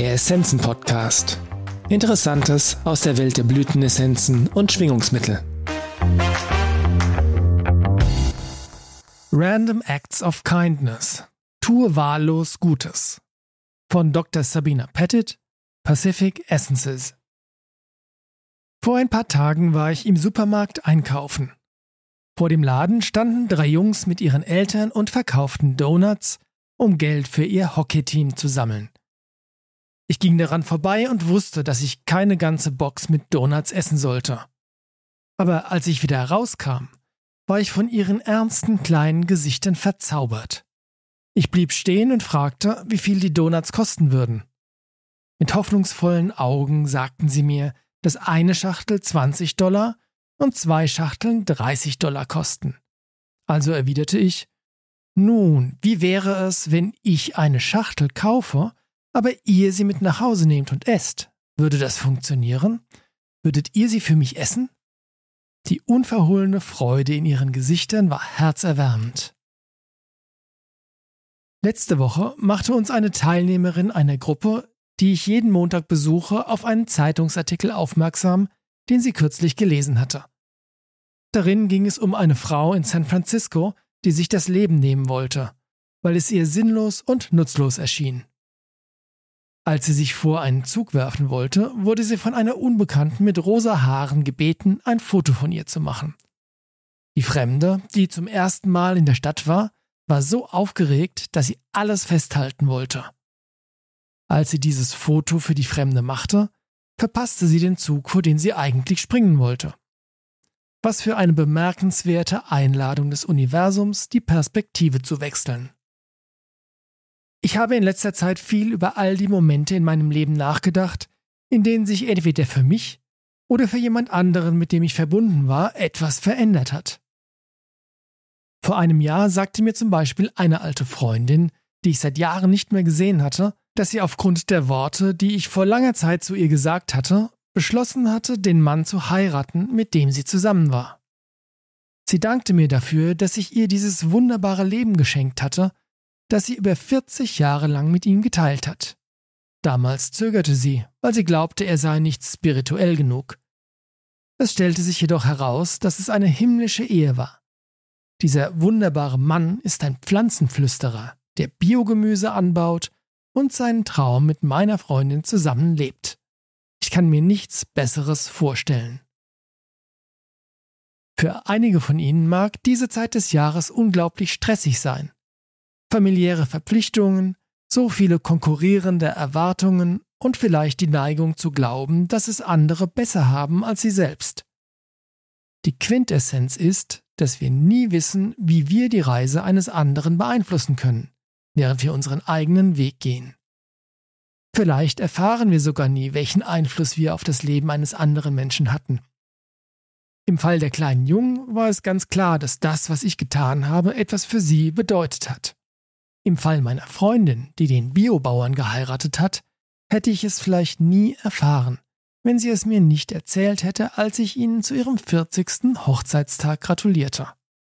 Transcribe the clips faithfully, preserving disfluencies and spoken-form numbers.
Der Essenzen-Podcast. Interessantes aus der Welt der Blütenessenzen und Schwingungsmittel. Random Acts of Kindness. Tue wahllos Gutes. Von Doktor Sabina Pettit, Pacific Essences. Vor ein paar Tagen war ich im Supermarkt einkaufen. Vor dem Laden standen drei Jungs mit ihren Eltern und verkauften Donuts, um Geld für ihr Hockeyteam zu sammeln. Ich ging daran vorbei und wusste, dass ich keine ganze Box mit Donuts essen sollte. Aber als ich wieder herauskam, war ich von ihren ernsten kleinen Gesichtern verzaubert. Ich blieb stehen und fragte, wie viel die Donuts kosten würden. Mit hoffnungsvollen Augen sagten sie mir, dass eine Schachtel zwanzig Dollar und zwei Schachteln dreißig Dollar kosten. Also erwiderte ich, nun, wie wäre es, wenn ich eine Schachtel kaufe, aber ihr sie mit nach Hause nehmt und esst? Würde das funktionieren? Würdet ihr sie für mich essen? Die unverhohlene Freude in ihren Gesichtern war herzerwärmend. Letzte Woche machte uns eine Teilnehmerin einer Gruppe, die ich jeden Montag besuche, auf einen Zeitungsartikel aufmerksam, den sie kürzlich gelesen hatte. Darin ging es um eine Frau in San Francisco, die sich das Leben nehmen wollte, weil es ihr sinnlos und nutzlos erschien. Als sie sich vor einen Zug werfen wollte, wurde sie von einer Unbekannten mit rosa Haaren gebeten, ein Foto von ihr zu machen. Die Fremde, die zum ersten Mal in der Stadt war, war so aufgeregt, dass sie alles festhalten wollte. Als sie dieses Foto für die Fremde machte, verpasste sie den Zug, vor den sie eigentlich springen wollte. Was für eine bemerkenswerte Einladung des Universums, die Perspektive zu wechseln. Ich habe in letzter Zeit viel über all die Momente in meinem Leben nachgedacht, in denen sich entweder für mich oder für jemand anderen, mit dem ich verbunden war, etwas verändert hat. Vor einem Jahr sagte mir zum Beispiel eine alte Freundin, die ich seit Jahren nicht mehr gesehen hatte, dass sie aufgrund der Worte, die ich vor langer Zeit zu ihr gesagt hatte, beschlossen hatte, den Mann zu heiraten, mit dem sie zusammen war. Sie dankte mir dafür, dass ich ihr dieses wunderbare Leben geschenkt hatte, das sie über vierzig Jahre lang mit ihm geteilt hat. Damals zögerte sie, weil sie glaubte, er sei nicht spirituell genug. Es stellte sich jedoch heraus, dass es eine himmlische Ehe war. Dieser wunderbare Mann ist ein Pflanzenflüsterer, der Biogemüse anbaut und seinen Traum mit meiner Freundin zusammenlebt. Ich kann mir nichts Besseres vorstellen. Für einige von Ihnen mag diese Zeit des Jahres unglaublich stressig sein. Familiäre Verpflichtungen, so viele konkurrierende Erwartungen und vielleicht die Neigung zu glauben, dass es andere besser haben als sie selbst. Die Quintessenz ist, dass wir nie wissen, wie wir die Reise eines anderen beeinflussen können, während wir unseren eigenen Weg gehen. Vielleicht erfahren wir sogar nie, welchen Einfluss wir auf das Leben eines anderen Menschen hatten. Im Fall der kleinen Jungen war es ganz klar, dass das, was ich getan habe, etwas für sie bedeutet hat. Im Fall meiner Freundin, die den Biobauern geheiratet hat, hätte ich es vielleicht nie erfahren, wenn sie es mir nicht erzählt hätte, als ich ihnen zu ihrem vierzigsten Hochzeitstag gratulierte.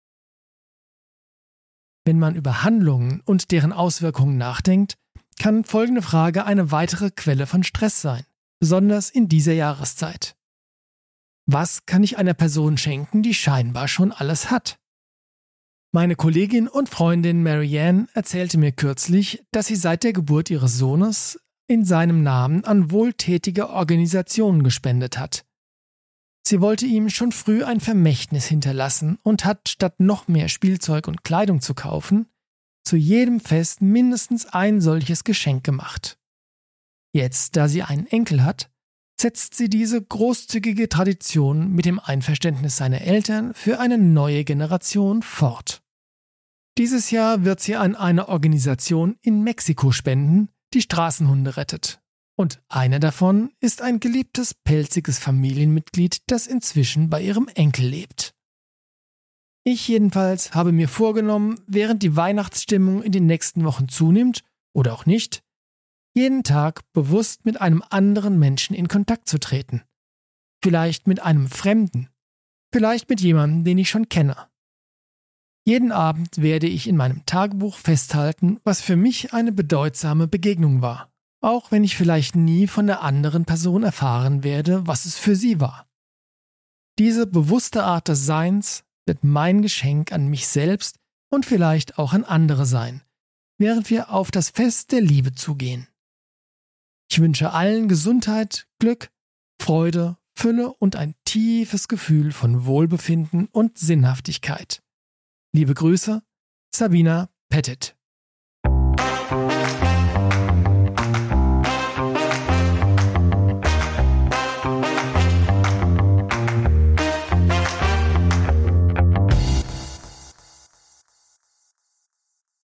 Wenn man über Handlungen und deren Auswirkungen nachdenkt, kann folgende Frage eine weitere Quelle von Stress sein, besonders in dieser Jahreszeit. Was kann ich einer Person schenken, die scheinbar schon alles hat? Meine Kollegin und Freundin Marianne erzählte mir kürzlich, dass sie seit der Geburt ihres Sohnes in seinem Namen an wohltätige Organisationen gespendet hat. Sie wollte ihm schon früh ein Vermächtnis hinterlassen und hat, statt noch mehr Spielzeug und Kleidung zu kaufen, zu jedem Fest mindestens ein solches Geschenk gemacht. Jetzt, da sie einen Enkel hat, setzt sie diese großzügige Tradition mit dem Einverständnis seiner Eltern für eine neue Generation fort. Dieses Jahr wird sie an eine Organisation in Mexiko spenden, die Straßenhunde rettet. Und einer davon ist ein geliebtes, pelziges Familienmitglied, das inzwischen bei ihrem Enkel lebt. Ich jedenfalls habe mir vorgenommen, während die Weihnachtsstimmung in den nächsten Wochen zunimmt, oder auch nicht, jeden Tag bewusst mit einem anderen Menschen in Kontakt zu treten. Vielleicht mit einem Fremden, vielleicht mit jemandem, den ich schon kenne. Jeden Abend werde ich in meinem Tagebuch festhalten, was für mich eine bedeutsame Begegnung war. auch wenn ich vielleicht nie von der anderen Person erfahren werde, was es für sie war. Diese bewusste Art des Seins wird mein Geschenk an mich selbst und vielleicht auch an andere sein, während wir auf das Fest der Liebe zugehen. Ich wünsche allen Gesundheit, Glück, Freude, Fülle und ein tiefes Gefühl von Wohlbefinden und Sinnhaftigkeit. Liebe Grüße, Sabina Pettit.